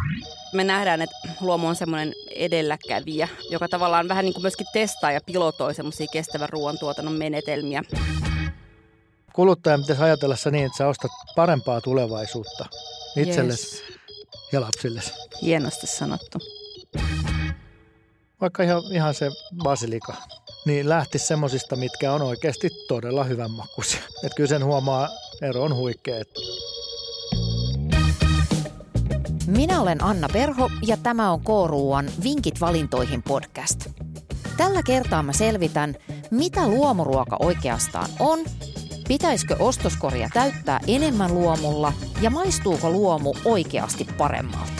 Me nähdään, että luomu on semmoinen edelläkävijä, joka tavallaan vähän niin kuin myöskin testaa ja pilotoi semmoisia kestävän ruoantuotannon menetelmiä. Kuluttajan pitäisi ajatella se niin, että sä ostat parempaa tulevaisuutta itsellesi ja lapsillesi. Hienosti sanottu. Vaikka ihan se basilika, niin lähtisi semmoisista, mitkä on oikeasti todella hyvänmakuisia. Että kyllä sen huomaa, ero on huikea. Minä olen Anna Perho ja tämä on K-ruuan Vinkit valintoihin podcast. Tällä kertaa mä selvitän, mitä luomuruoka oikeastaan on, pitäisikö ostoskoria täyttää enemmän luomulla ja maistuuko luomu oikeasti paremmalta.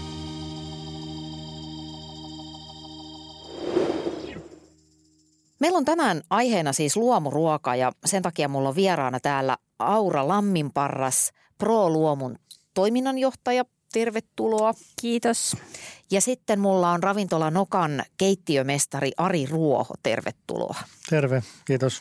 Meillä on tänään aiheena siis luomuruoka ja sen takia mulla on vieraana täällä Aura Lamminparras, Pro-luomun toiminnanjohtaja. Tervetuloa. Kiitos. Ja sitten mulla on Ravintola Nokan keittiömestari Ari Ruoho. Tervetuloa. Terve, kiitos.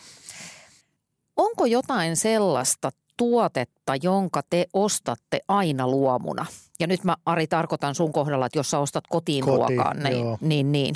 Onko jotain sellaista tuotetta, jonka te ostatte aina luomuna? Ja nyt mä, Ari, tarkoitan sun kohdalla, että jos sä ostat kotiin ruokaa, niin.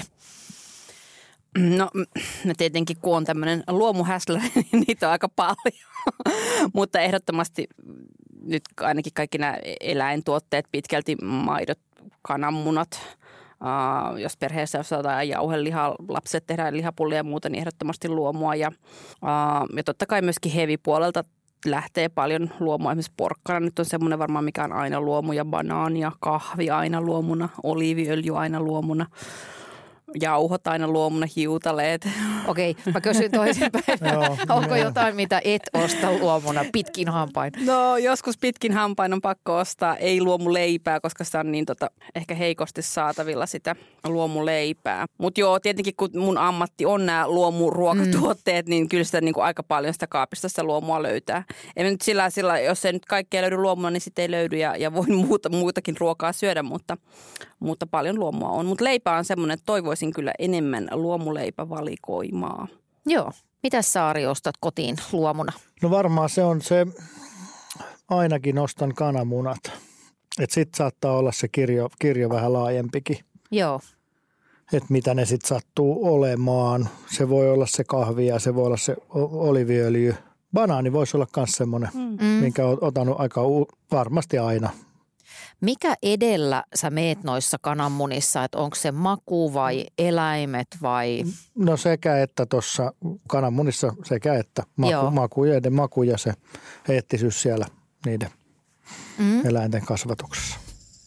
No tietenkin, kun on tämmöinen luomuhäsläri, niin niitä on aika paljon, mutta ehdottomasti nyt ainakin kaikki nämä eläintuotteet, pitkälti maidot, kananmunat, jos perheessä saadaan jauhelihaa, lapset tehdään lihapullia ja muuta, niin ehdottomasti luomua. Ja totta kai myöskin hevipuolelta lähtee paljon luomua. Esimerkiksi porkkana nyt on semmoinen varmaan, mikä on aina luomu, ja banaania, kahvi aina luomuna, oliiviöljy aina luomuna. Jauhot aina luomuna, hiutaleet. Okei, mä kysyn toisinpäin. Onko jotain, mitä et osta luomuna pitkin hampain? No joskus pitkin hampain on pakko ostaa. Ei luomuleipää, koska se on niin ehkä heikosti saatavilla sitä luomuleipää. Mutta joo, tietenkin kun mun ammatti on nämä luomuruokatuotteet, niin kyllä sitä niin kuin aika paljon sitä kaapista sitä luomua löytää. Ei nyt sillä, jos ei nyt kaikkea löydy luomuna, niin sitten ei löydy ja voi muutakin ruokaa syödä, mutta paljon luomua on. Mutta leipä on semmoinen, että toivoisin kyllä enemmän luomuleipävalikoimaa. Joo. Mitäs sä, Ari, ostat kotiin luomuna? No varmaan se on se, ainakin ostan kananmunat. Että sitten saattaa olla se kirjo vähän laajempikin. Joo. Että mitä ne sitten sattuu olemaan. Se voi olla se kahvi ja se voi olla se oliiviöljy. Banaani voisi olla myös semmoinen, minkä olet ottanut aika varmasti aina. Mikä edellä sä meet noissa kananmunissa, että onko se maku vai eläimet vai? No sekä että tuossa kananmunissa sekä että maku ja se eettisyys siellä niiden eläinten kasvatuksessa.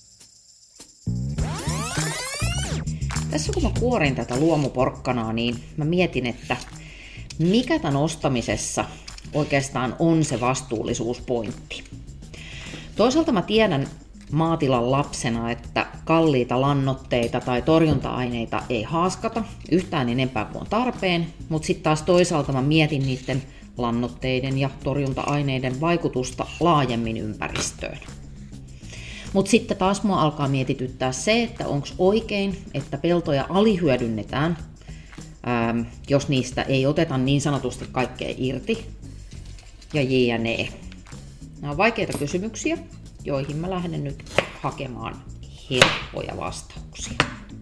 Tässä kun mä kuorin tätä luomuporkkanaa, niin mä mietin, että mikä tämän ostamisessa oikeastaan on se vastuullisuuspointti. Toisaalta mä tiedän maatilan lapsena, että kalliita lannoitteita tai torjunta-aineita ei haaskata yhtään enempää kuin on tarpeen, mutta sitten taas toisaalta mä mietin niiden lannoitteiden ja torjunta-aineiden vaikutusta laajemmin ympäristöön. Mutta sitten taas mua alkaa mietityttää se, että onko oikein, että peltoja alihyödynnetään, jos niistä ei oteta niin sanotusti kaikkea irti ja jne. Nämä on vaikeita kysymyksiä, joihin mä lähden nyt hakemaan helppoja vastauksia.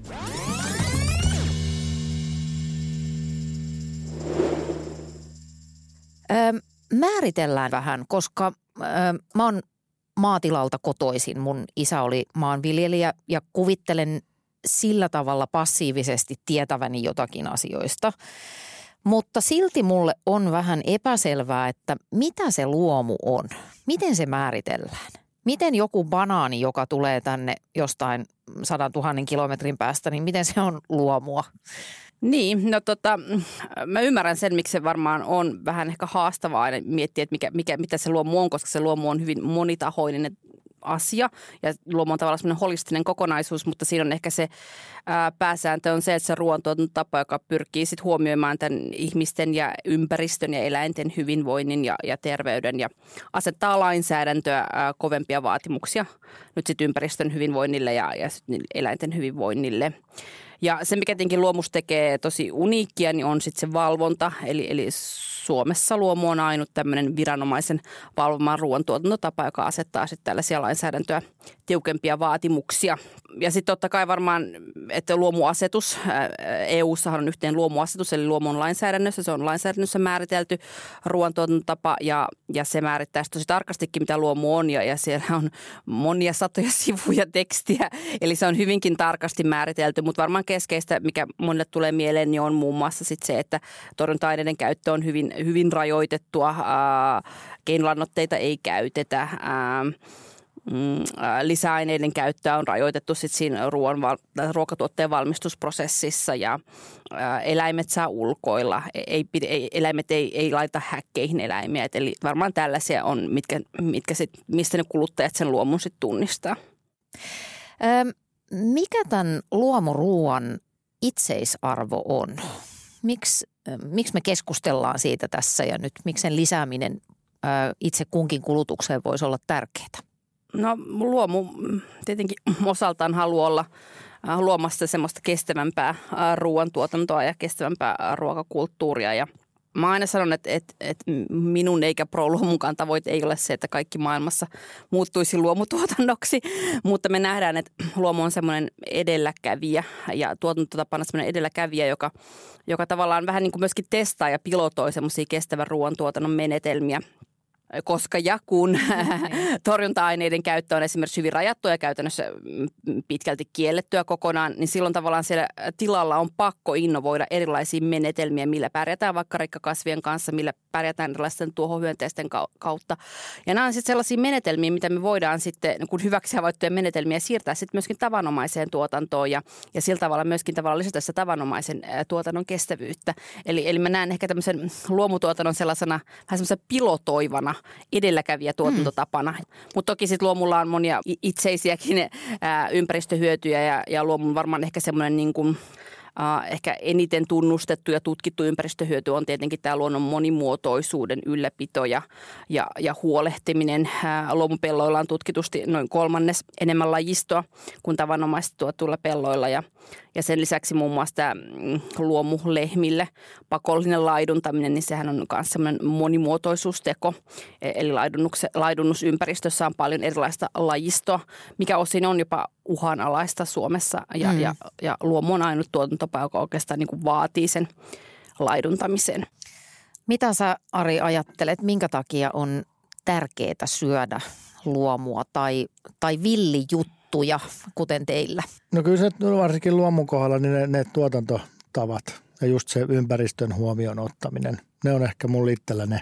Määritellään vähän, koska mä oon maatilalta kotoisin. Mun isä oli maanviljelijä ja kuvittelen sillä tavalla passiivisesti tietäväni jotakin asioista. Mutta silti mulle on vähän epäselvää, että mitä se luomu on. Miten se määritellään? Miten joku banaani, joka tulee tänne jostain 100 000 kilometrin päästä, niin miten se on luomua? Niin, no mä ymmärrän sen, miksi se varmaan on vähän ehkä haastavaa aina miettiä, että mitä se luomu on, koska se luomu on hyvin monitahoinen asia ja luomu on tavallaan semmoinen holistinen kokonaisuus, mutta siinä on ehkä se pääsääntö on se, että se ruoantuotantotapa, joka pyrkii sitten huomioimaan tämän ihmisten ja ympäristön ja eläinten hyvinvoinnin ja terveyden ja asettaa lainsäädäntöä kovempia vaatimuksia nyt sitten ympäristön hyvinvoinnille ja sitten eläinten hyvinvoinnille. Ja se, mikä tietenkin luomusta tekee tosi uniikkia, niin on sitten se valvonta. Eli Suomessa luomu on ainut tämmöinen viranomaisen valvomaan ruoantuotantotapa, joka asettaa sitten tällaisia lainsäädäntöä tiukempia vaatimuksia. Ja sitten totta kai varmaan, että luomuasetus, EU:ssahan on yhteen luomuasetus, eli luomu on lainsäädännössä. Se on lainsäädännössä määritelty ruoantuotantotapa ja se määrittää tosi tarkastikin, mitä luomu on. Ja siellä on monia satoja sivuja tekstiä, eli se on hyvinkin tarkasti määritelty. Mutta varmaan keskeistä, mikä monille tulee mieleen, niin on muun muassa sit se, että torjunta-aineiden käyttö on hyvin rajoitettua. Keinolannoitteita ei käytetä. Lisäaineiden käyttöä on rajoitettu sit siinä ruokatuotteen valmistusprosessissa ja eläimet saa ulkoilla. Eläimet ei laita häkkeihin eläimiä. Eli varmaan tällaisia on, mistä ne kuluttajat sen luomun sit tunnistaa. Mikä tämän luomuruuan itseisarvo on? Miksi me keskustellaan siitä tässä ja nyt? Miksi sen lisääminen itse kunkin kulutukseen voisi olla tärkeää? No luomu tietenkin osaltaan haluaa olla luomassa semmoista kestävämpää ruoantuotantoa ja kestävämpää ruokakulttuuria. Ja mä aina sanon, että minun eikä pro-luomunkaan tavoite ei ole se, että kaikki maailmassa muuttuisi luomutuotannoksi, mutta me nähdään, että luomu on semmoinen edelläkävijä ja tuotantotapana semmoinen edelläkävijä, joka tavallaan vähän niin kuin myöskin testaa ja pilotoi semmoisia kestävän ruoantuotannon menetelmiä. Koska ja kun torjunta-aineiden käyttö on esimerkiksi hyvin rajattua ja käytännössä pitkälti kiellettyä kokonaan, niin silloin tavallaan siellä tilalla on pakko innovoida erilaisia menetelmiä, millä pärjätään vaikka rikkakasvien kanssa, millä pärjätään erilaisten tuohohyönteisten kautta. Ja nämä on sitten sellaisia menetelmiä, mitä me voidaan sitten, kun hyväksi havaittuja menetelmiä, siirtää sitten myöskin tavanomaiseen tuotantoon ja sillä tavalla myöskin tavallaan lisätä sitä tavanomaisen tuotannon kestävyyttä. Eli mä näen ehkä tämmöisen luomutuotannon sellaisena vähän semmoisena pilotoivana edelläkävijä tuotantotapana. Mutta toki sitten luomulla on monia itseisiäkin ympäristöhyötyjä ja luomun varmaan ehkä semmoinen niin kuin ehkä eniten tunnustettu ja tutkittu ympäristöhyöty on tietenkin tämä luonnon monimuotoisuuden ylläpito ja huolehtiminen. Luomupelloilla on tutkitusti noin 1/3 enemmän lajistoa kuin tavanomaisesti tuotuilla pelloilla ja sen lisäksi muun muassa tämä luomulehmille pakollinen laiduntaminen, niin sehän on myös semmoinen monimuotoisuusteko. Eli laidunusympäristössä on paljon erilaista lajistoa, mikä osin on jopa uhanalaista Suomessa ja luomu on ainut tuotantotapa, joka oikeastaan niin kuin vaatii sen laiduntamisen. Mitä sä, Ari, ajattelet, minkä takia on tärkeää syödä luomua tai villijuttuja, kuten teillä? No kyllä se varsinkin luomun kohdalla, niin ne tuotantotavat ja just se ympäristön huomioon ottaminen, ne on ehkä mulla itsellä ne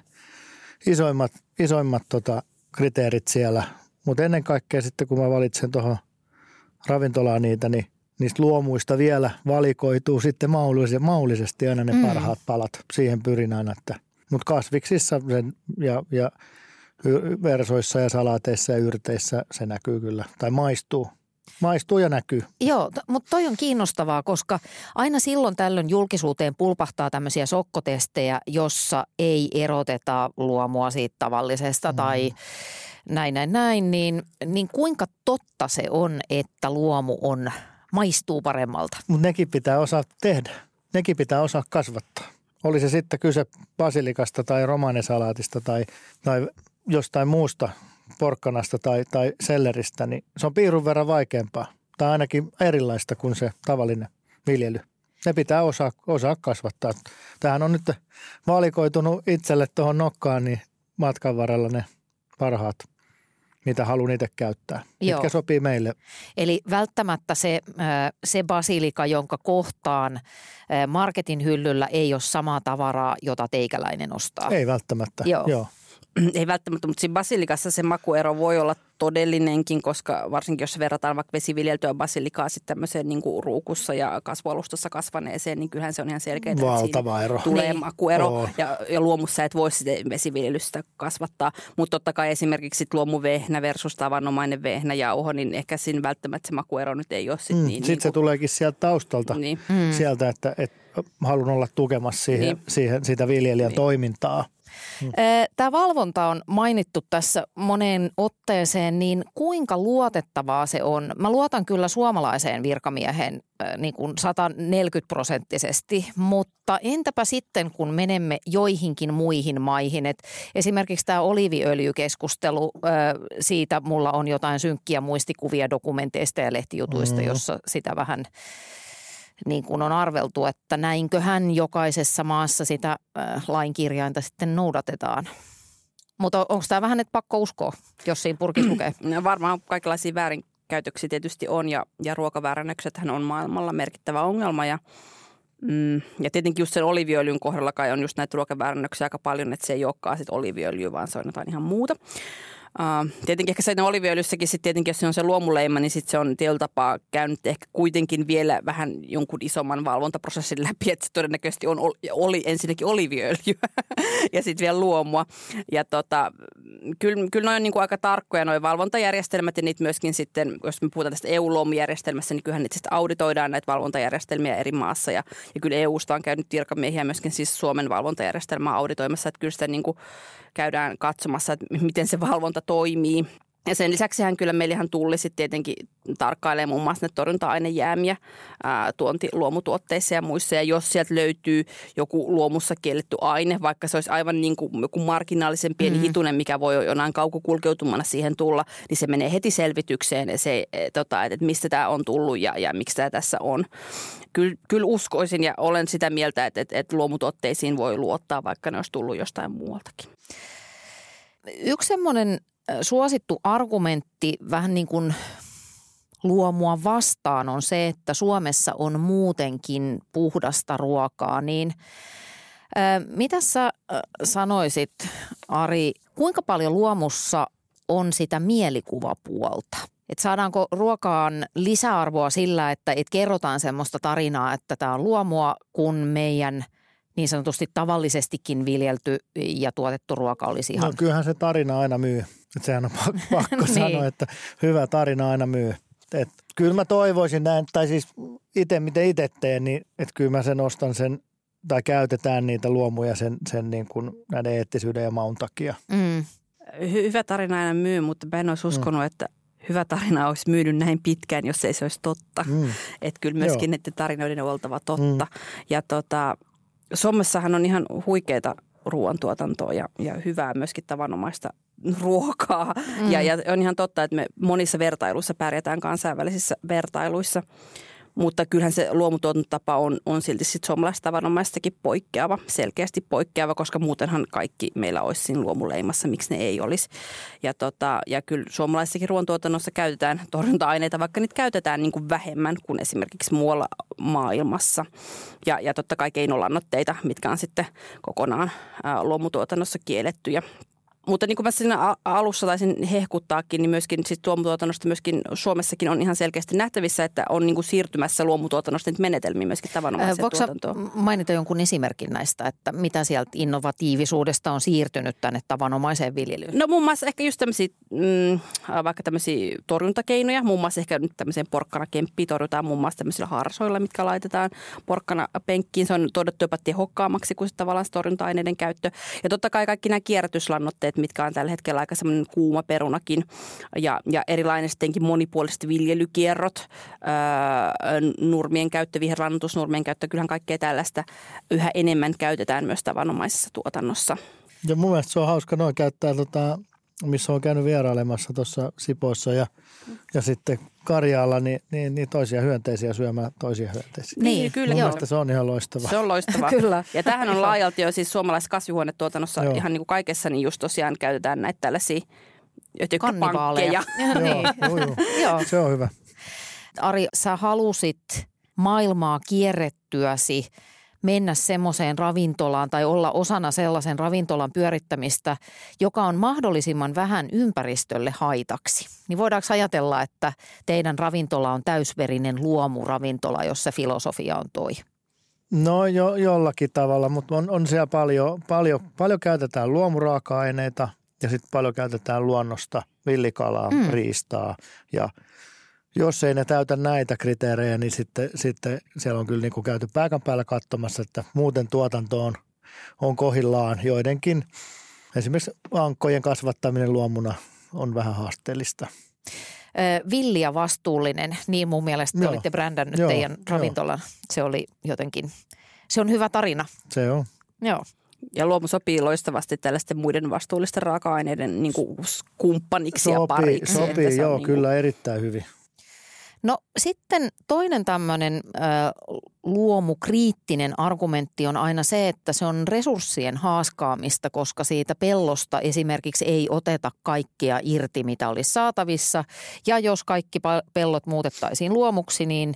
isoimmat kriteerit siellä. Mutta ennen kaikkea sitten, kun mä valitsen tuohon ravintolaan niitä, niin niistä luomuista vielä valikoituu sitten maullisesti aina ne parhaat palat. Siihen pyrin aina, mutta kasviksissa ja versoissa ja salaateissa ja yrteissä se näkyy kyllä, tai maistuu. Maistuu ja näkyy. Joo, mutta toi on kiinnostavaa, koska aina silloin tällöin julkisuuteen pulpahtaa tämmöisiä sokkotestejä, jossa ei eroteta luomua siitä tavallisesta tai näin, niin kuinka totta se on, että luomu maistuu paremmalta? Mutta nekin pitää osaa tehdä. Nekin pitää osaa kasvattaa. Oli se sitten kyse basilikasta tai romanesalaatista tai jostain muusta porkkanasta tai selleristä, niin se on piirun verran vaikeampaa. Tai ainakin erilaista kuin se tavallinen viljely. Ne pitää osaa kasvattaa. Tämähän on nyt valikoitunut itselle tuohon nokkaan, niin matkan varrella ne parhaat, mitä haluan itse käyttää, mitkä sopii meille. Eli välttämättä se basilika, jonka kohtaan marketin hyllyllä ei ole samaa tavaraa, jota teikäläinen ostaa. Ei välttämättä, joo. Ei välttämättä, mutta siinä basilikassa se makuero voi olla todellinenkin, koska varsinkin jos verrataan vaikka vesiviljeltyä basilikaa sitten tämmöiseen niin kuin ruukussa ja kasvualustassa kasvaneeseen, niin kyllähän se on ihan selkeää. Valtava ero. Tulee makuero ja luomussa et voi sitten vesiviljelystä kasvattaa. Mutta totta kai esimerkiksi luomuvehnä versus tavanomainen vehnäjauho, niin ehkä siinä välttämättä se makuero nyt ei ole sitten niin. Sitten se tuleekin sieltä taustalta, sieltä, että haluan olla tukemassa siihen sitä viljelijän toimintaa. Tämä valvonta on mainittu tässä moneen otteeseen, niin kuinka luotettavaa se on? Mä luotan kyllä suomalaiseen virkamieheen niin kuin 140%, mutta entäpä sitten, kun menemme joihinkin muihin maihin? Et esimerkiksi tämä oliiviöljykeskustelu, siitä mulla on jotain synkkiä muistikuvia dokumenteista ja lehtijutuista, jossa sitä vähän niin kuin on arveltu, että näinköhän jokaisessa maassa sitä lainkirjainta sitten noudatetaan. Mutta onko tämä vähän, että pakko uskoa, jos siinä purkissa lukee? No varmaan kaikenlaisia väärinkäytöksiä tietysti on ja ruokaväärännöksethän on maailmalla merkittävä ongelma ja tietenkin just sen oliiviöljyn kohdalla kai on just näitä ruokaväärännöksiä aika paljon, että se ei olekaan sitten oliiviöljyä, vaan se on jotain ihan muuta. Tietenkin ehkä siinä oliiviöljyssäkin sitten tietenkin, jos se on se luomuleima, niin sitten se on tietyllä tapaa käynyt ehkä kuitenkin vielä vähän jonkun isomman valvontaprosessin läpi, että se todennäköisesti oli ensinnäkin oliiviöljyä ja sitten vielä luomua. Ja kyllä ne on niin kuin aika tarkkoja nuo valvontajärjestelmät ja niitä myöskin sitten, jos me puhutaan tästä EU-luomujärjestelmässä, niin kyllähän niitä sitten auditoidaan näitä valvontajärjestelmiä eri maassa ja kyllä EUsta on käynyt virkamiehiä myöskin siis Suomen valvontajärjestelmää auditoimassa, että kyllä sitä niin kuin käydään katsomassa, että miten se valvonta toimii. Ja sen lisäksihän kyllä meillähän Tulli sitten tietenkin tarkkailee muun muassa ne torjunta-ainejäämiä luomutuotteissa ja muissa. Ja jos sieltä löytyy joku luomussa kielletty aine, vaikka se olisi aivan niin kuin joku marginaalisen pieni hitunen, mikä voi jonain kaukokulkeutumana siihen tulla, niin se menee heti selvitykseen, että mistä tämä on tullut ja miksi tämä tässä on. Kyllä uskoisin ja olen sitä mieltä, että luomutuotteisiin voi luottaa, vaikka ne olisi tullut jostain muualtakin. Yksi semmoinen suosittu argumentti vähän niin kuin luomua vastaan on se, että Suomessa on muutenkin puhdasta ruokaa. Niin mitä sä sanoisit, Ari, kuinka paljon luomussa on sitä mielikuvapuolta? Että saadaanko ruokaan lisäarvoa sillä, että kerrotaan semmoista tarinaa, että tämä on luomua, kun meidän niin sanotusti tavallisestikin viljelty ja tuotettu ruoka olisi ihan... No kyllähän se tarina aina myy. Että sehän on pakko niin sanoa, että hyvä tarina aina myy. Et kyllä mä toivoisin näin, tai siis miten itse teen, niin että kyllä mä sen ostan sen, tai käytetään niitä luomuja sen niin kuin näiden eettisyyden ja maun takia. Hyvä tarina aina myy, mutta mä en olisi uskonut, että hyvä tarina olisi myynyt näin pitkään, jos ei se olisi totta. Että kyllä myöskin näiden tarinoiden on oltava totta. Ja Suomessahan on ihan huikeaa ruoantuotantoa ja hyvää myöskin tavanomaista ruokaa. Ja on ihan totta, että me monissa vertailuissa pärjätään kansainvälisissä vertailuissa. Mutta kyllähän se luomutuotantotapa on silti sitten suomalaisesta tavanomaistakin poikkeava, selkeästi poikkeava, koska muutenhan kaikki meillä olisi siinä luomuleimassa, miksi ne ei olisi. Ja kyllä suomalaisessakin ruoantuotannossa käytetään torjunta-aineita, vaikka niitä käytetään niin kuin vähemmän kuin esimerkiksi muualla maailmassa. Ja totta kai keinolannoitteita, mitkä on sitten kokonaan luomutuotannossa kiellettyjä. Mutta niin kuin mä siinä alussa taisin hehkuttaakin, niin myöskin sit luomutuotannosta myöskin Suomessakin on ihan selkeästi nähtävissä, että on niin kuin siirtymässä luomutuotannosta menetelmiä myöskin tavanomaiseen tuotantoon. Voitko mainita jonkun esimerkin näistä, että mitä sieltä innovatiivisuudesta on siirtynyt tänne tavanomaiseen viljelyyn? No muun muassa ehkä just tämmöisiä, vaikka tämmöisiä torjuntakeinoja, muun muassa ehkä nyt tämmöiseen porkkanakemppiin torjutaan muun muassa tämmöisillä harsoilla, mitkä laitetaan porkkanapenkkiin. Se on todettu jopa tehokkaammaksi kuin tavallaan torjunta-aineiden käyttö. Ja totta kai kaikki nämä kierrätyslannoitteet, mitkä on tällä hetkellä aika semmoinen kuuma perunakin ja erilainen sittenkin monipuoliset viljelykierrot, nurmien käyttö, viherlannoitusnurmien käyttö, kyllähän kaikkea tällaista yhä enemmän käytetään myös tavanomaisessa tuotannossa. Ja mun mielestä se on hauska noin käyttää, missä on käynyt vierailemassa tuossa Sipoissa ja sitten Karjaalla, niin toisia hyönteisiä syömään toisia hyönteisiä. Niin, kyllä. Mun mielestä se on ihan loistavaa. Se on loistavaa. Kyllä. Ja tämähän on laajalti jo siis suomalaisessa kasvihuonetuotannossa ihan niin kuin kaikessa, niin just tosiaan käytetään näitä tällaisia kannivaaleja. Joo, se on hyvä. Ari, sä halusit maailmaa kierrettyäsi mennä semmoiseen ravintolaan tai olla osana sellaisen ravintolan pyörittämistä, joka on mahdollisimman vähän ympäristölle haitaksi. Niin voidaanko ajatella, että teidän ravintola on täysverinen luomuravintola, jos se filosofia on toi? No jollakin tavalla, mutta on siellä paljon käytetään luomuraaka-aineita ja sitten paljon käytetään luonnosta, villikalaa, riistaa ja jos ei ne täytä näitä kriteerejä, niin sitten siellä on kyllä niin kuin käyty paikan päällä katsomassa, että muuten tuotanto on on kohillaan. Joidenkin, esimerkiksi ankkojen kasvattaminen luomuna on vähän haasteellista. Villi ja vastuullinen, niin mun mielestä te olitte brändännyt teidän ravintolan. Se oli jotenkin, se on hyvä tarina. Se on. Joo. Ja luomu sopii loistavasti tällaisten muiden vastuullisten raaka-aineiden niin kuin kumppaniksi ja pariksi. Sopii, joo, kyllä erittäin hyvin. No sitten toinen tämmöinen luomukriittinen argumentti on aina se, että se on resurssien haaskaamista, koska siitä pellosta esimerkiksi ei oteta kaikkea irti, mitä olisi saatavissa. Ja jos kaikki pellot muutettaisiin luomuksi, niin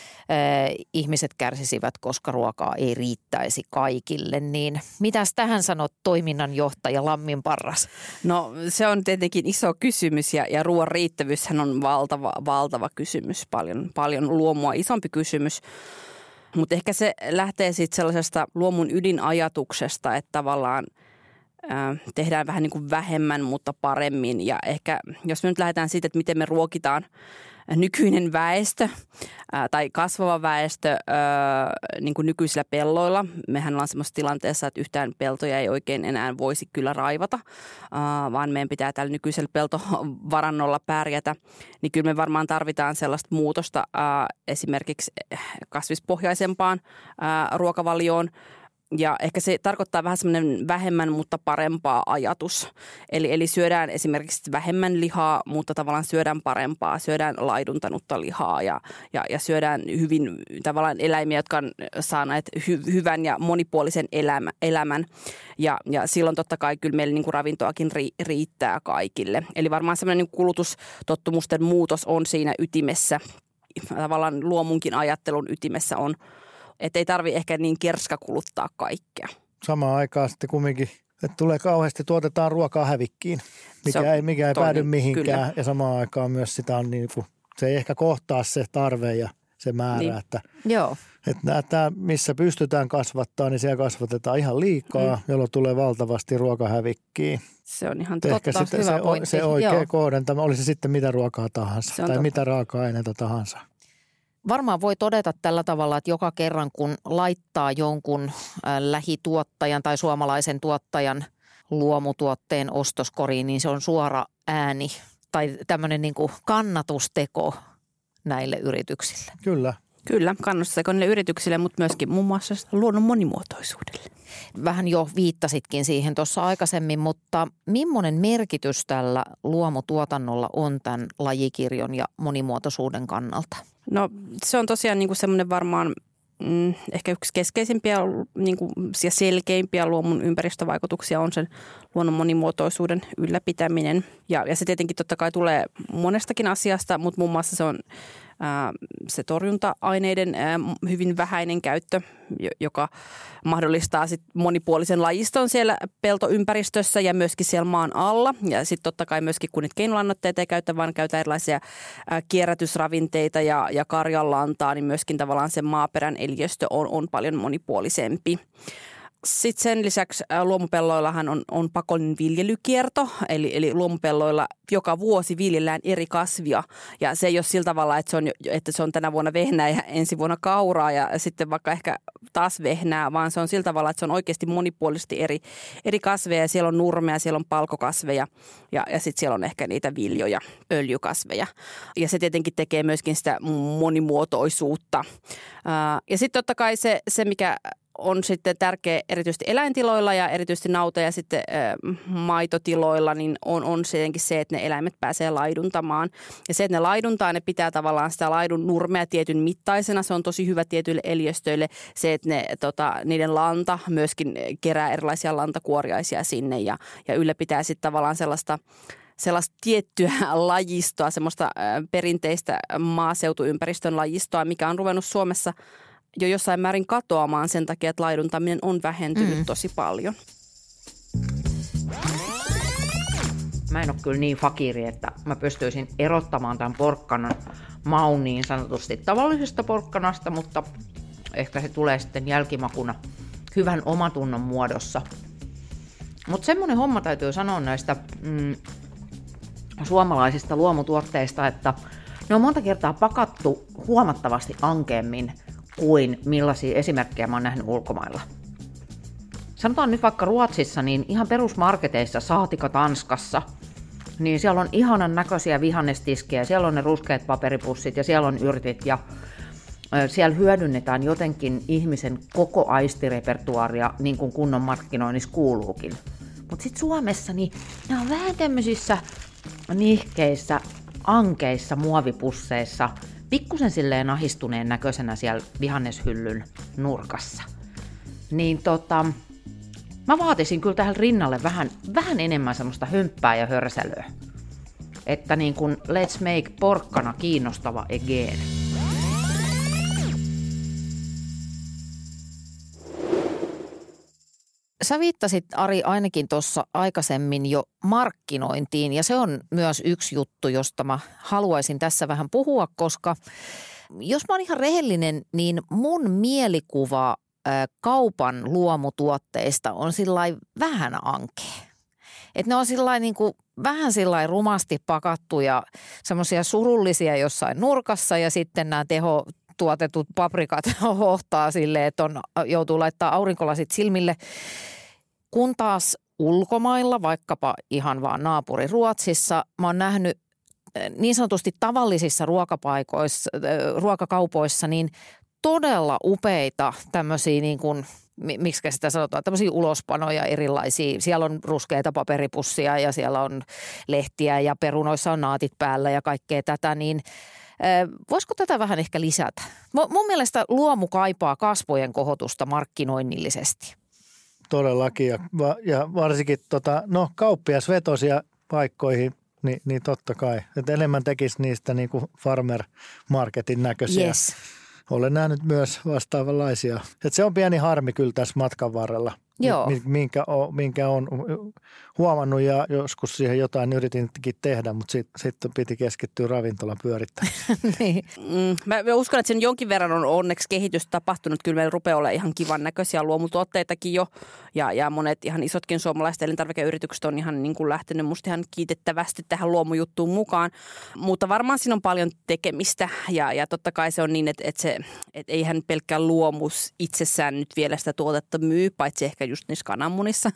ihmiset kärsisivät, koska ruokaa ei riittäisi kaikille. Niin mitäs tähän sanot toiminnanjohtaja Lamminparras? No se on tietenkin iso kysymys ja ruoan riittävyyshän on valtava kysymys, paljon luomua isompi kysymys. Mutta ehkä se lähtee sitten sellaisesta luomun ydinajatuksesta, että tavallaan tehdään vähän niin kuin vähemmän, mutta paremmin. Ja ehkä jos me nyt lähdetään siitä, että miten me ruokitaan nykyinen väestö tai kasvava väestö niin kuin nykyisillä pelloilla. Mehän ollaan semmoisessa tilanteessa, että yhtään peltoja ei oikein enää voisi kyllä raivata, vaan meidän pitää tällä nykyisellä peltovarannolla pärjätä. Niin kyllä me varmaan tarvitaan sellaista muutosta esimerkiksi kasvispohjaisempaan ruokavalioon. Ja ehkä se tarkoittaa vähän semmoinen vähemmän, mutta parempaa ajatus. Eli syödään esimerkiksi vähemmän lihaa, mutta tavallaan syödään parempaa, syödään laiduntanutta lihaa ja syödään hyvin tavallaan eläimiä, jotka on saaneet hyvän ja monipuolisen elämän. Ja silloin totta kai kyllä meillä niin kuin ravintoakin riittää kaikille. Eli varmaan semmoinen niin kulutustottumusten muutos on siinä ytimessä. Tavallaan luomunkin ajattelun ytimessä on. Että ei tarvitse ehkä niin kerska kuluttaa kaikkea. Samaan aikaan sitten kumminkin, että tulee kauheasti, tuotetaan ruokaa hävikkiin, mikä ei päädy mihinkään. Kyllä. Ja samaan aikaan myös sitä on niin kuin, se ei ehkä kohtaa se tarve ja se määrä, niin. Että tämä, missä pystytään kasvattaa, niin siellä kasvatetaan ihan liikaa, jolloin tulee valtavasti ruokahävikkiä. Se on ihan totta, ehkä sitten hyvä pointti. Se oikea kohdentama, olisi sitten mitä ruokaa tahansa tai totta. Mitä raaka-aineita tahansa. Varmaan voi todeta tällä tavalla, että joka kerran kun laittaa jonkun lähituottajan tai suomalaisen tuottajan luomutuotteen ostoskoriin, niin se on suora ääni tai tämmöinen niin kuin kannatusteko näille yrityksille. Kyllä, kannustusteko niille yrityksille, mutta myöskin muun muassa luonnon monimuotoisuudelle. Vähän jo viittasitkin siihen tuossa aikaisemmin, mutta millainen merkitys tällä luomutuotannolla on tämän lajikirjon ja monimuotoisuuden kannalta? No se on tosiaan niin kuin semmoinen varmaan ehkä yksi keskeisimpiä niin kuin, ja selkeimpiä luomun ympäristövaikutuksia on sen luonnon monimuotoisuuden ylläpitäminen. Ja se tietenkin totta kai tulee monestakin asiasta, mutta muun muassa se on se torjunta-aineiden hyvin vähäinen käyttö, joka mahdollistaa sit monipuolisen lajiston siellä peltoympäristössä ja myöskin siellä maan alla. Ja sitten totta kai myöskin kun niitä keinolannoitteita ei käytä, vaan käytetään erilaisia kierrätysravinteita ja karjanlantaa, niin myöskin tavallaan se maaperän eliöstö on paljon monipuolisempi. Sitten sen lisäksi luomupelloillahan on pakollinen viljelykierto, eli luomupelloilla joka vuosi viljellään eri kasvia. Ja se ei ole sillä tavalla, että se on tänä vuonna vehnää ja ensi vuonna kauraa ja sitten vaikka ehkä taas vehnää, vaan se on sillä tavalla, että se on oikeasti monipuolisesti eri kasveja. Siellä on nurmea, siellä on palkokasveja ja sitten siellä on ehkä niitä viljoja, öljykasveja. Ja se tietenkin tekee myöskin sitä monimuotoisuutta. Ja sitten totta kai se mikä on sitten tärkeä erityisesti eläintiloilla ja erityisesti nauta- ja sitten maitotiloilla, niin on tietenkin se, että ne eläimet pääsee laiduntamaan. Ja se, että ne laiduntaa, ne pitää tavallaan sitä laidun nurmea tietyn mittaisena. Se on tosi hyvä tietyille eliöstöille. Se, että niiden lanta myöskin kerää erilaisia lantakuoriaisia sinne ja ylläpitää sitten tavallaan sellaista tiettyä lajistoa, semmoista perinteistä maaseutuympäristön lajistoa, mikä on ruvennut Suomessa jo jossain määrin katoamaan sen takia, että laiduntaminen on vähentynyt tosi paljon. Mä en ole kyllä niin fakiri, että mä pystyisin erottamaan tämän porkkanan maun niin sanotusti tavallisesta porkkanasta, mutta ehkä se tulee sitten jälkimakuna hyvän omatunnon muodossa. Mutta semmoinen homma täytyy sanoa näistä suomalaisista luomutuotteista, että ne on monta kertaa pakattu huomattavasti ankeammin kuin millaisia esimerkkejä mä oon nähnyt ulkomailla. sanotaan nyt vaikka Ruotsissa, niin ihan perusmarketeissa, saatika Tanskassa, niin siellä on ihanan näköisiä vihannestiskejä, siellä on ne ruskeat paperipussit ja siellä on yrtit ja siellä hyödynnetään jotenkin ihmisen koko aistirepertuaaria niin kuin kunnon markkinoinnissa kuuluukin. Mutta sitten Suomessa niin nämä on vähän tämmöisissä nihkeissä, ankeissa muovipusseissa, pikkusen silleen ahistuneen näköisenä siellä vihanneshyllyn nurkassa. Niin mä vaatisin kyllä tähän rinnalle vähän enemmän semmoista hömppää ja hörsälöä. Että niin kuin let's make porkkana kiinnostava again. Sä viittasit, Ari, ainakin tuossa aikaisemmin jo markkinointiin, ja se on myös yksi juttu, josta mä haluaisin tässä vähän puhua, koska jos mä oon ihan rehellinen, niin mun mielikuva kaupan luomutuotteista on sillai vähän ankea. Että ne on sillai niinku vähän sillai rumasti pakattuja, semmoisia surullisia jossain nurkassa, ja sitten nämä tuotetut paprikat hohtaa silleen, että joutuu laittaa aurinkolasit silmille. Kun taas ulkomailla, vaikkapa ihan vaan naapuri Ruotsissa, mä oon nähnyt niin sanotusti tavallisissa ruokakaupoissa niin todella upeita tämmöisiä niin kuin, miksi sitä sanotaan, tämmöisiä ulospanoja erilaisia. Siellä on ruskeita paperipussia ja siellä on lehtiä ja perunoissa on naatit päällä ja kaikkea tätä, niin voisiko tätä vähän ehkä lisätä? Mun mielestä luomu kaipaa kasvojen kohotusta markkinoinnillisesti. Todellakin ja varsinkin kauppiasvetosia paikkoihin, niin totta kai. Että enemmän tekisi niistä niin kuin farmer marketin näköisiä. Yes. Olen nähnyt myös vastaavanlaisia. Että se on pieni harmi kyllä tässä matkan varrella, minkä on huomannut ja joskus siihen jotain yritinkin tehdä, mutta sitten piti keskittyä ravintolan pyörittämiseen. Niin. Mä uskon, että sen jonkin verran on onneksi kehitys tapahtunut. Kyllä meillä rupeaa olla ihan kivan näköisiä luomutuotteitakin jo ja monet ihan isotkin suomalaiset elintarvikeyritykset on ihan niin kuin lähtenyt musta ihan kiitettävästi tähän luomujuttuun mukaan. Mutta varmaan siinä on paljon tekemistä ja totta kai se on niin, että eihän pelkkä luomus itsessään nyt vielä sitä tuotetta myy, paitsi ehkä just niissä kananmunissa,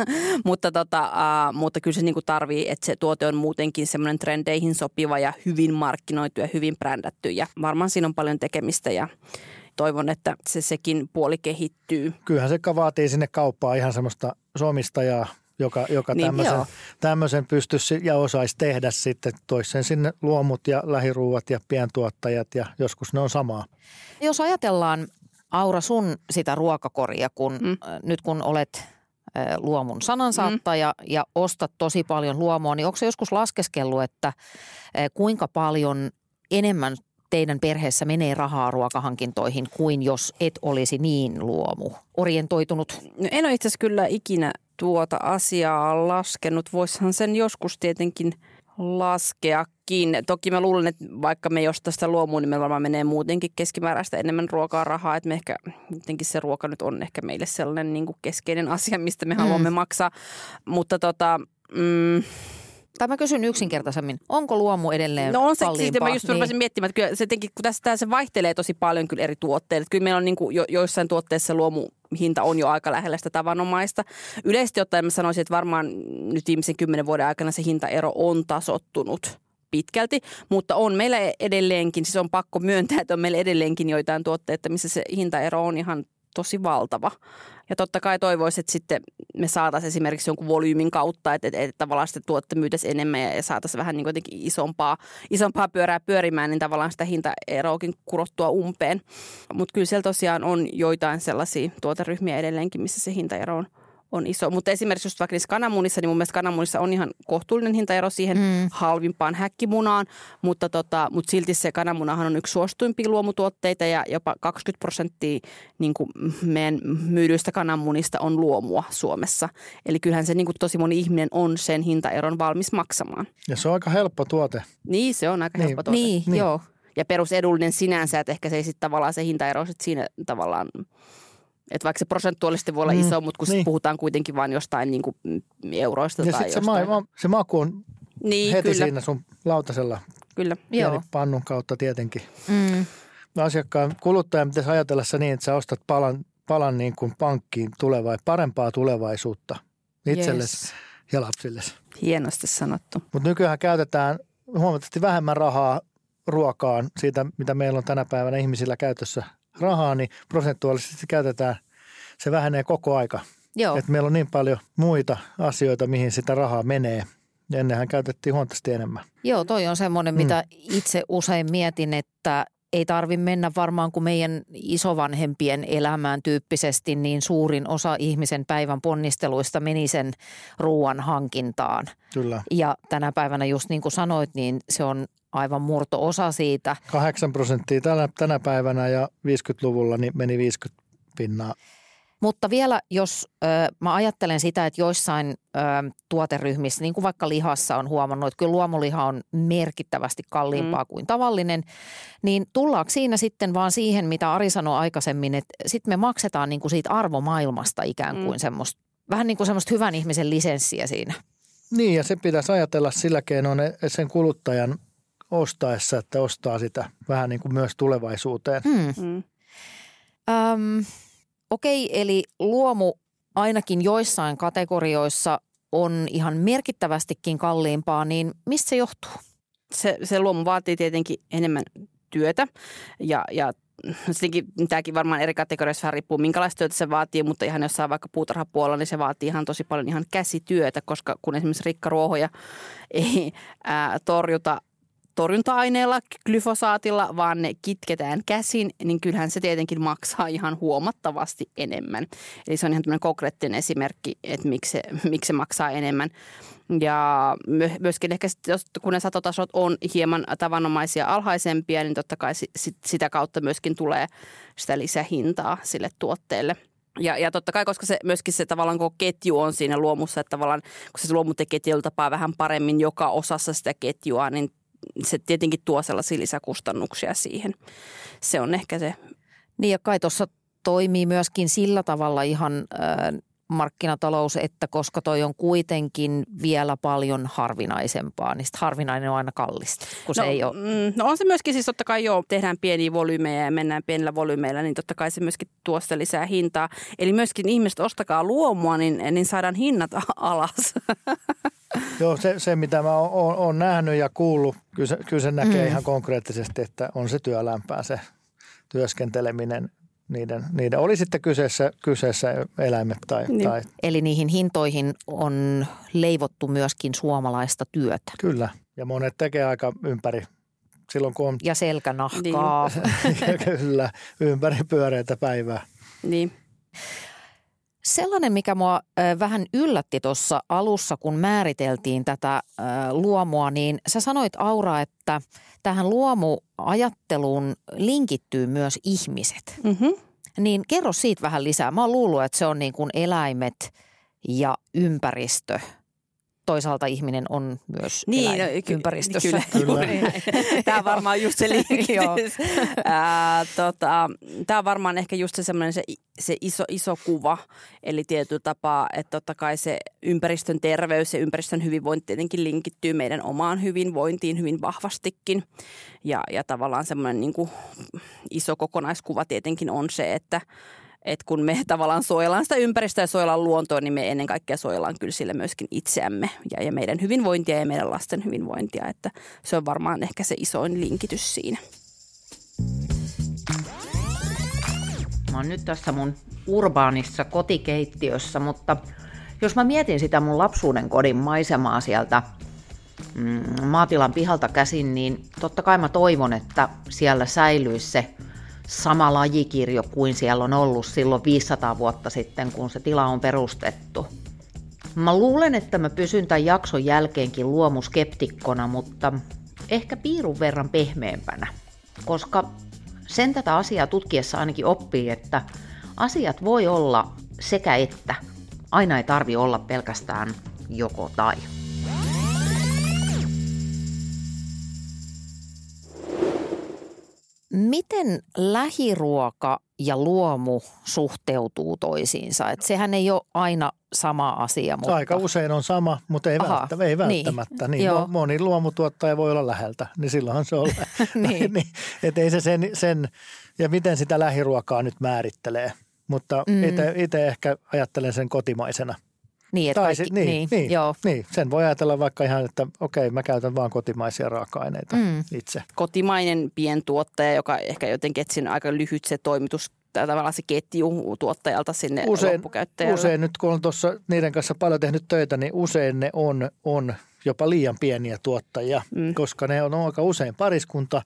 mutta kyllä se niinku tarvii, että se tuote on muutenkin semmoinen trendeihin sopiva ja hyvin markkinoitu ja hyvin brändätty ja varmaan siinä on paljon tekemistä ja toivon, että sekin puoli kehittyy. Kyllähän se vaatii sinne kauppaan ihan semmoista somistajaa, joka niin, tämmöisen pystyisi ja osaisi tehdä sitten, toisi sen sinne luomut ja lähiruuat ja pientuottajat ja joskus ne on samaa. Jos ajatellaan, Aura, sun sitä ruokakoria, nyt kun olet luomun sanansaattaja ja ostat tosi paljon luomua, niin onko se joskus laskeskellut, että kuinka paljon enemmän teidän perheessä menee rahaa ruokahankintoihin kuin jos et olisi niin luomu-orientoitunut? No en ole itse asiassa kyllä ikinä tuota asiaa laskenut. Voisihan sen joskus tietenkin laskeakin. Toki mä luulen, että vaikka me jostain sitä luomua, niin me varmaan menee muutenkin keskimääräistä enemmän ruokaa rahaa. Että me ehkä jotenkin se ruoka nyt on ehkä meille sellainen niin kuin keskeinen asia, mistä me haluamme maksaa. Mutta Tai mä kysyn yksinkertaisemmin, onko luomu edelleen no on se, kalliimpaa? mä just rupesin miettimään, että kyllä se jotenkin, kun tässä se vaihtelee tosi paljon kyllä eri tuotteille. Kyllä meillä on niin kuin joissain tuotteissa luomuhinta on jo aika lähellä sitä tavanomaista. Yleisesti ottaen mä sanoisin, että varmaan nyt viimeisen 10 vuoden aikana se hintaero on tasottunut pitkälti, mutta on meillä edelleenkin, siis on pakko myöntää, että on meillä edelleenkin joitain tuotteita, missä se hintaero on ihan tosi valtava. Ja totta kai toivoisi, että sitten me saataisiin esimerkiksi jonkun volyymin kautta, että tavallaan sitä tuotetta myytäisiin enemmän ja saataisiin vähän niin jotenkin isompaa pyörää pyörimään, niin tavallaan sitä hintaeroakin kurottua umpeen. Mutta kyllä siellä tosiaan on joitain sellaisia tuoteryhmiä edelleenkin, missä se hintaero on iso. Mutta esimerkiksi just vaikka niissä kananmunissa, niin mun mielestä kananmunissa on ihan kohtuullinen hintaero siihen halvimpaan häkkimunaan, mutta silti se kananmunahan on yksi suosituimpia luomutuotteita ja jopa 20% niin kuin meidän myydyistä kananmunista on luomua Suomessa. Eli kyllähän se niin kuin tosi moni ihminen on sen hintaeron valmis maksamaan. Ja se on aika helppo tuote. Niin, se on aika helppo tuote. Niin, joo. Ja perusedullinen sinänsä, että ehkä se ei sitten tavallaan se hintaero sitten siinä tavallaan. Että vaikka se prosentuaalisesti voi olla iso, mutta kun puhutaan kuitenkin vain jostain niin kuin euroista ja tai jostain. Se maku on heti kyllä siinä sun lautasella. Kyllä. Pieni pannun kautta tietenkin. Asiakkaan kuluttajan pitäisi ajatella se niin, että sä ostat palan palan niin kuin pankkiin parempaa tulevaisuutta itsellesi ja lapsillesi. Hienosti sanottu. Mutta nykyään käytetään huomattavasti vähemmän rahaa ruokaan siitä, mitä meillä on tänä päivänä ihmisillä käytössä rahaa, niin prosentuaalisesti käytetään, se vähenee koko aika. Joo. Et meillä on niin paljon muita asioita, mihin sitä rahaa menee. Ja ennenhän käytettiin huomattavasti enemmän. Joo, toi on semmoinen, mitä itse usein mietin, että ei tarvitse mennä varmaan kuin meidän isovanhempien elämään tyyppisesti, niin suurin osa ihmisen päivän ponnisteluista meni sen ruoan hankintaan. Kyllä. Ja tänä päivänä just niin kuin sanoit, niin se on aivan murto-osa siitä. 8% tänä päivänä ja 50-luvulla niin meni 50%. Mutta vielä jos mä ajattelen sitä, että joissain tuoteryhmissä, niin kuin vaikka lihassa on huomannut, että kyllä luomuliha on merkittävästi kalliimpaa kuin tavallinen, niin tullaanko siinä sitten vaan siihen, mitä Ari sanoi aikaisemmin, että sitten me maksetaan niin kuin siitä arvomaailmasta ikään kuin semmoista, vähän niin kuin semmoista hyvän ihmisen lisenssiä siinä. Niin ja se pitäisi ajatella sillä keinoin sen kuluttajan ostaessa, että ostaa sitä vähän niin kuin myös tulevaisuuteen. Okei, eli luomu ainakin joissain kategorioissa on ihan merkittävästikin kalliimpaa, niin mistä se johtuu? Se luomu vaatii tietenkin enemmän työtä ja tämäkin varmaan eri kategorioissa vähän riippuu, minkälaista työtä se vaatii, mutta ihan jossain vaikka puutarhapuolella, niin se vaatii ihan tosi paljon ihan käsityötä, koska kun esimerkiksi rikkaruohoja ei torjuta torjunta-aineella, glyfosaatilla, vaan ne kitketään käsin, niin kyllähän se tietenkin maksaa ihan huomattavasti enemmän. Eli se on ihan tämmöinen konkreettinen esimerkki, että miksi se maksaa enemmän. Ja myöskin ehkä kun ne satotasot on hieman tavanomaisia alhaisempia, niin totta kai sitä kautta myöskin tulee sitä lisähintaa sille tuotteelle. Ja totta kai, koska myöskin se tavallaan koko ketju on siinä luomussa, että tavallaan kun se luomu tekee tietyllä tapaa vähän paremmin joka osassa sitä ketjua, niin se tietenkin tuo sellaisia lisäkustannuksia siihen. Se on ehkä se. Niin ja kai tuossa toimii myöskin sillä tavalla ihan markkinatalous, että koska toi on kuitenkin vielä paljon harvinaisempaa, niin harvinainen on aina kallista, kun se ei ole. No on se myöskin siis totta kai tehdään pieniä volyymeja ja mennään pienillä volyymeillä, niin totta kai se myöskin tuo sitä lisää hintaa. Eli myöskin ihmiset ostakaa luomua, niin saadaan hinnat alas. Joo, se mitä mä oon nähnyt ja kuullut, kyllä se näkee ihan konkreettisesti, että on se työlämpää se työskenteleminen. Niiden oli sitten kyseessä eläimet tai. Eli niihin hintoihin on leivottu myöskin suomalaista työtä. Kyllä, ja monet tekee aika ympäri. Silloin kun on. Ja selkänahkaa. Niin. Kyllä, ympäri pyöreitä päivää. Niin. Sellainen, mikä mua vähän yllätti tuossa alussa, kun määriteltiin tätä luomua, niin sä sanoit, Aura, että tähän luomuajatteluun linkittyy myös ihmiset. Mm-hmm. Niin kerro siitä vähän lisää. Mä oon luullut, että se on niin kuin eläimet ja ympäristö. Toisaalta ihminen on myös ympäristössä. Kyllä. Tämä on varmaan just se linkitys. Tämä on varmaan ehkä just se iso kuva. Eli tietyllä tapaa, että totta kai se ympäristön terveys ja ympäristön hyvinvointi tietenkin linkittyy meidän omaan hyvinvointiin hyvin vahvastikin. Ja tavallaan semmoinen niin kuin iso kokonaiskuva tietenkin on se, että kun me tavallaan suojellaan sitä ympäristöä ja suojellaan luontoa, niin me ennen kaikkea suojellaan kyllä sille myöskin itseämme ja meidän hyvinvointia ja meidän lasten hyvinvointia. Että se on varmaan ehkä se isoin linkitys siinä. Mä oon nyt tässä mun urbaanissa kotikeittiössä, mutta jos mä mietin sitä mun lapsuuden kodin maisemaa sieltä maatilan pihalta käsin, niin totta kai mä toivon, että siellä säilyisi se sama lajikirjo kuin siellä on ollut silloin 500 vuotta sitten, kun se tila on perustettu. Mä luulen, että mä pysyn tämän jakson jälkeenkin luomuskeptikkona, mutta ehkä piirun verran pehmeämpänä, koska sen tätä asiaa tutkiessa ainakin oppii, että asiat voi olla sekä että. Aina ei tarvi olla pelkästään joko tai. Miten lähiruoka ja luomu suhteutuu toisiinsa? Et sehän ei ole aina sama asia. Mutta aika usein on sama, mutta ei välttämättä. Niin, moni luomutuottaja voi olla läheltä, niin silloinhan se on. niin. Että ei se sen, ja miten sitä lähiruokaa nyt määrittelee. mutta itse ehkä ajattelen sen kotimaisena. Niin, että kaikki, joo. Niin, sen voi ajatella vaikka ihan, että okei, mä käytän vaan kotimaisia raaka-aineita itse. Kotimainen pientuottaja, joka ehkä jotenkin, että siinä aika lyhyt se toimitus, tai tavallaan se ketju tuottajalta sinne loppukäyttäjälle. Usein nyt, kun on tuossa niiden kanssa paljon tehnyt töitä, niin usein ne on jopa liian pieniä tuottajia, koska ne on aika usein pariskunta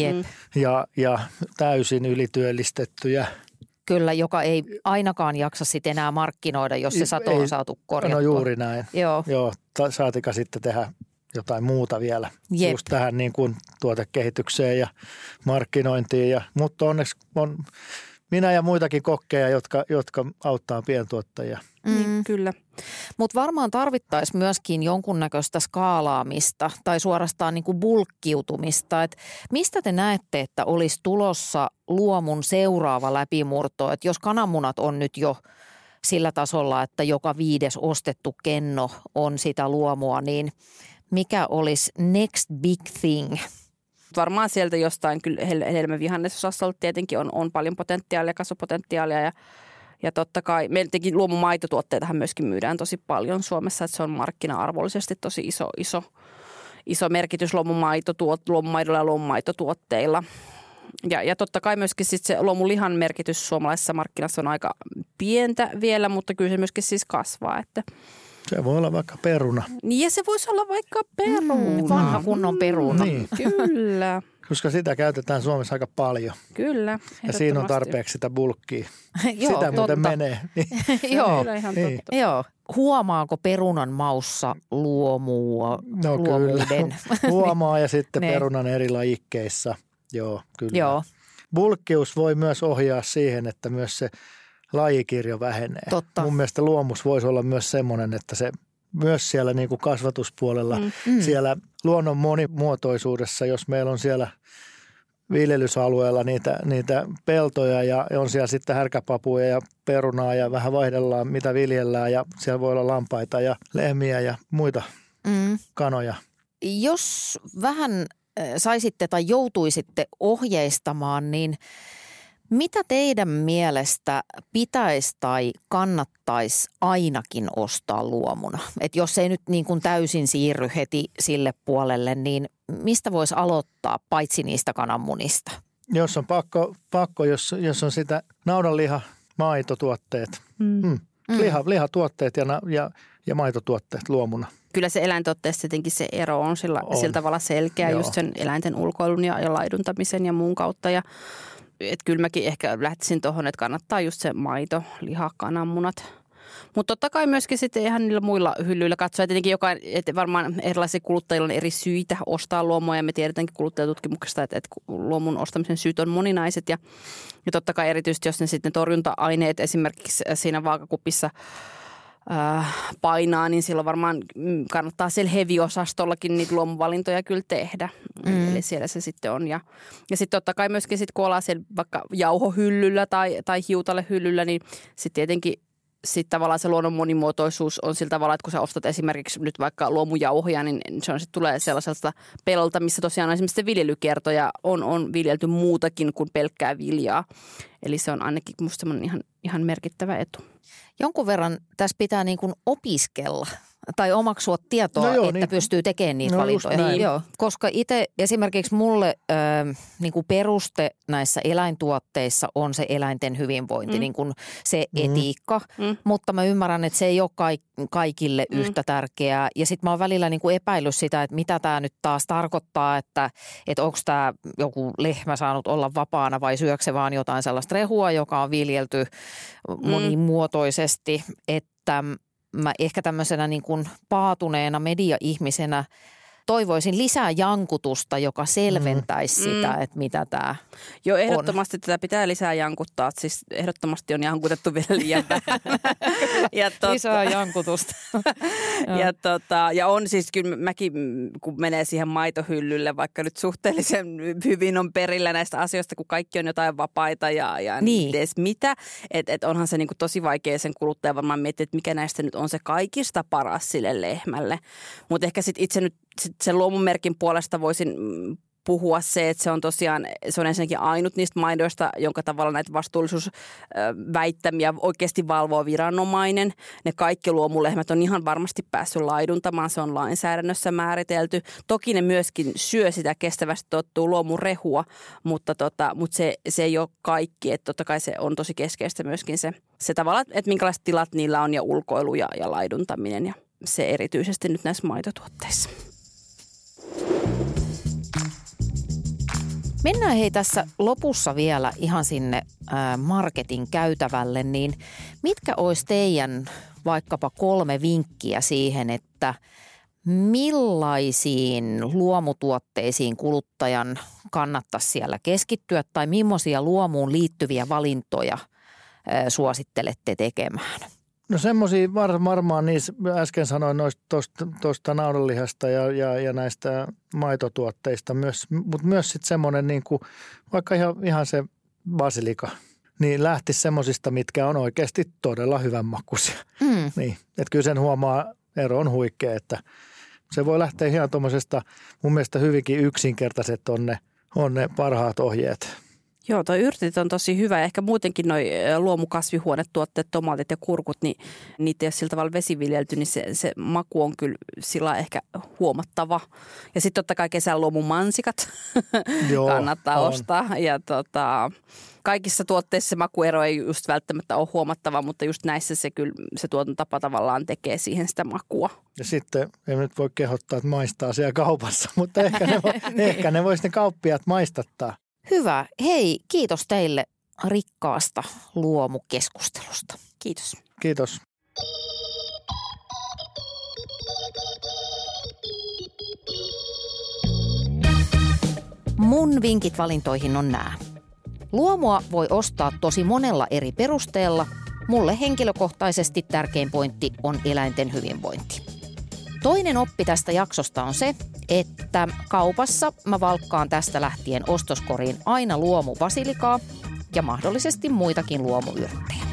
ja täysin ylityöllistettyjä. Kyllä, joka ei ainakaan jaksa sitten enää markkinoida, jos se sato on saatu korjattua. No juuri näin. Joo, saatika sitten tehdä jotain muuta vielä. Just tähän niin kuin tuotekehitykseen ja markkinointiin. Mutta onneksi on minä ja muitakin kokkeja, jotka auttaa pientuottajia. Kyllä. Mutta varmaan tarvittaisiin myöskin jonkunnäköistä skaalaamista tai suorastaan niin kuin bulkkiutumista. Et mistä te näette, että olisi tulossa luomun seuraava läpimurto? Et jos kananmunat on nyt jo sillä tasolla, että joka 5. ostettu kenno on sitä luomua, niin mikä olisi next big thing? Varmaan sieltä jostain kyllä hedelmävihannesosastolta tietenkin on paljon potentiaalia, kasvupotentiaalia ja totta kai meiltäkin luomumaitotuotteitahan myöskin myydään tosi paljon Suomessa, että se on markkina-arvollisesti tosi iso merkitys luomumaidolla ja luomumaitotuotteilla. Ja totta kai myöskin sit se luomulihan merkitys suomalaisessa markkinassa on aika pientä vielä, mutta kyllä se myöskin siis kasvaa, että se voi olla vaikka peruna. Niin ja se voisi olla vaikka peruna. Vanha kunnon peruna. Niin. Kyllä. Koska sitä käytetään Suomessa aika paljon. Kyllä. Ja siinä on tarpeeksi sitä bulkkia. Sitä muuten menee. Joo. Kyllä ihan totta. Joo. Huomaako perunan maussa luomua? No kyllä. Huomaa ja sitten ne. Perunan eri lajikkeissa. Joo, kyllä. Joo. Bulkkius voi myös ohjaa siihen, että myös se lajikirjo vähenee. Totta. Mun mielestä luomus voisi olla myös semmoinen, että se myös siellä niin kuin kasvatuspuolella, siellä luonnon monimuotoisuudessa, jos meillä on siellä viljelysalueella niitä peltoja ja on siellä sitten härkäpapuja ja perunaa ja vähän vaihdellaan mitä viljellään ja siellä voi olla lampaita ja lehmiä ja muita kanoja. Jos vähän saisitte tai joutuisitte ohjeistamaan, niin mitä teidän mielestä pitäisi tai kannattaisi ainakin ostaa luomuna? Et jos ei nyt niin kuin täysin siirry heti sille puolelle, niin mistä voisi aloittaa paitsi niistä kananmunista? Jos on pakko jos on sitä naudanliha, maitotuotteet, lihatuotteet ja maitotuotteet luomuna. Kyllä se eläintuotteessa tietenkin se ero on sillä tavalla selkeä. Joo. Just sen eläinten ulkoilun ja laiduntamisen ja muun kautta ja että kyllä mäkin ehkä lähtisin tuohon, että kannattaa just se maito, liha, kananmunat. Mutta totta kai myöskin sitten ihan niillä muilla hyllyillä katsoa. Tietenkin että varmaan erilaisilla kuluttajilla on eri syitä ostaa luomua ja me tiedetäänkin kuluttajatutkimuksesta, että luomun ostamisen syyt on moninaiset. Ja totta kai erityisesti, jos ne sitten torjunta-aineet esimerkiksi siinä vaakakupissa painaa, niin silloin varmaan kannattaa siellä heavy-osastollakin niitä luomuvalintoja kyllä tehdä. Eli siellä se sitten on. Ja sitten totta kai myöskin sit, kun ollaan siellä vaikka jauhohyllyllä tai hiutalehyllyllä, niin sitten tietenkin sitten tavallaan se luonnon monimuotoisuus on sillä tavalla, että kun sä ostat esimerkiksi nyt vaikka luomujauhoja, niin se on sitten tulee sellaiselta pelolta, missä tosiaan esimerkiksi viljelykiertoja on viljelty muutakin kuin pelkkää viljaa. Eli se on ainakin musta semmoinen ihan merkittävä etu. Jonkun verran tässä pitää niin kuin opiskella tai omaksua tietoa, että pystyy tekemään niitä valintoja. Joo, koska itse esimerkiksi mulle niin kuin peruste näissä eläintuotteissa on se eläinten hyvinvointi, niin kuin se etiikka. Mutta mä ymmärrän, että se ei ole kaikille yhtä tärkeää. Ja sitten mä oon välillä niin kuin epäillyt sitä, että mitä tämä nyt taas tarkoittaa, että onko tämä joku lehmä saanut olla vapaana vai syökö se vaan jotain sellaista rehua, joka on viljelty monimuotoisesti, että mä ehkä tämmöisenä niin kuin paatuneena media-ihmisenä toivoisin lisää jankutusta, joka selventäisi sitä, että mitä tämä Joo, ehdottomasti tätä pitää lisää jankuttaa. Siis ehdottomasti on jankutettu vielä liian vähän. Lisää jankutusta. Ja on siis kyllä mäkin, kun menee siihen maitohyllylle, vaikka nyt suhteellisen hyvin on perillä näistä asioista, kun kaikki on jotain vapaita ja niin edes mitä. Että onhan se niinku tosi vaikea sen kuluttajan varmaan miettiä, että mikä näistä nyt on se kaikista paras sille lehmälle. Mutta ehkä sitten itse nyt sen luomumerkin puolesta voisin puhua se, että se on tosiaan, se on ensinnäkin ainut niistä maidoista, jonka tavalla näitä vastuullisuusväittämiä oikeasti valvoo viranomainen. Ne kaikki luomulehmät on ihan varmasti päässyt laiduntamaan, se on lainsäädännössä määritelty. Toki ne myöskin syö sitä kestävästi tottuu luomurehua, mutta se ei ole kaikki, että totta kai se on tosi keskeistä myöskin se tavalla, että minkälaiset tilat niillä on ja ulkoilu ja laiduntaminen ja se erityisesti nyt näissä maitotuotteissa. Mennään hei tässä lopussa vielä ihan sinne marketin käytävälle, niin mitkä olisi teidän vaikkapa 3 vinkkiä siihen, että millaisiin luomutuotteisiin kuluttajan kannattaisi siellä keskittyä tai millaisia luomuun liittyviä valintoja suosittelette tekemään? No semmoisia varmaan niissä, äsken sanoin tuosta naudanlihasta ja näistä maitotuotteista, mutta myös sitten semmoinen niin kuin, vaikka ihan se basilika, niin lähtisi semmoisista, mitkä on oikeasti todella hyvän makuisia. Niin, että kyllä sen huomaa, ero on huikea, että se voi lähteä ihan tuommoisesta, mun mielestä hyvinkin yksinkertaiset on ne parhaat ohjeet. Joo, toi yrtit on tosi hyvä. Ehkä muutenkin noi luomukasvihuonetuotteet, tomaatit ja kurkut, niin niitä ei ole sillä tavalla vesiviljelty, niin se maku on kyllä sillä ehkä huomattava. Ja sitten totta kai kesän luomumansikat kannattaa ostaa. Ja kaikissa tuotteissa se makuero ei just välttämättä ole huomattava, mutta just näissä se tuotantotapa tavallaan tekee siihen sitä makua. Ja sitten ei nyt voi kehottaa, että maistaa siellä kaupassa, mutta ehkä ne voisi ne kauppiaat maistattaa. Hyvä. Hei, kiitos teille rikkaasta luomukeskustelusta. Kiitos. Kiitos. Mun vinkit valintoihin on nämä. Luomua voi ostaa tosi monella eri perusteella. Mulle henkilökohtaisesti tärkein pointti on eläinten hyvinvointi. Toinen oppi tästä jaksosta on se, että kaupassa mä valkkaan tästä lähtien ostoskoriin aina luomubasilikaa ja mahdollisesti muitakin luomuyrttejä.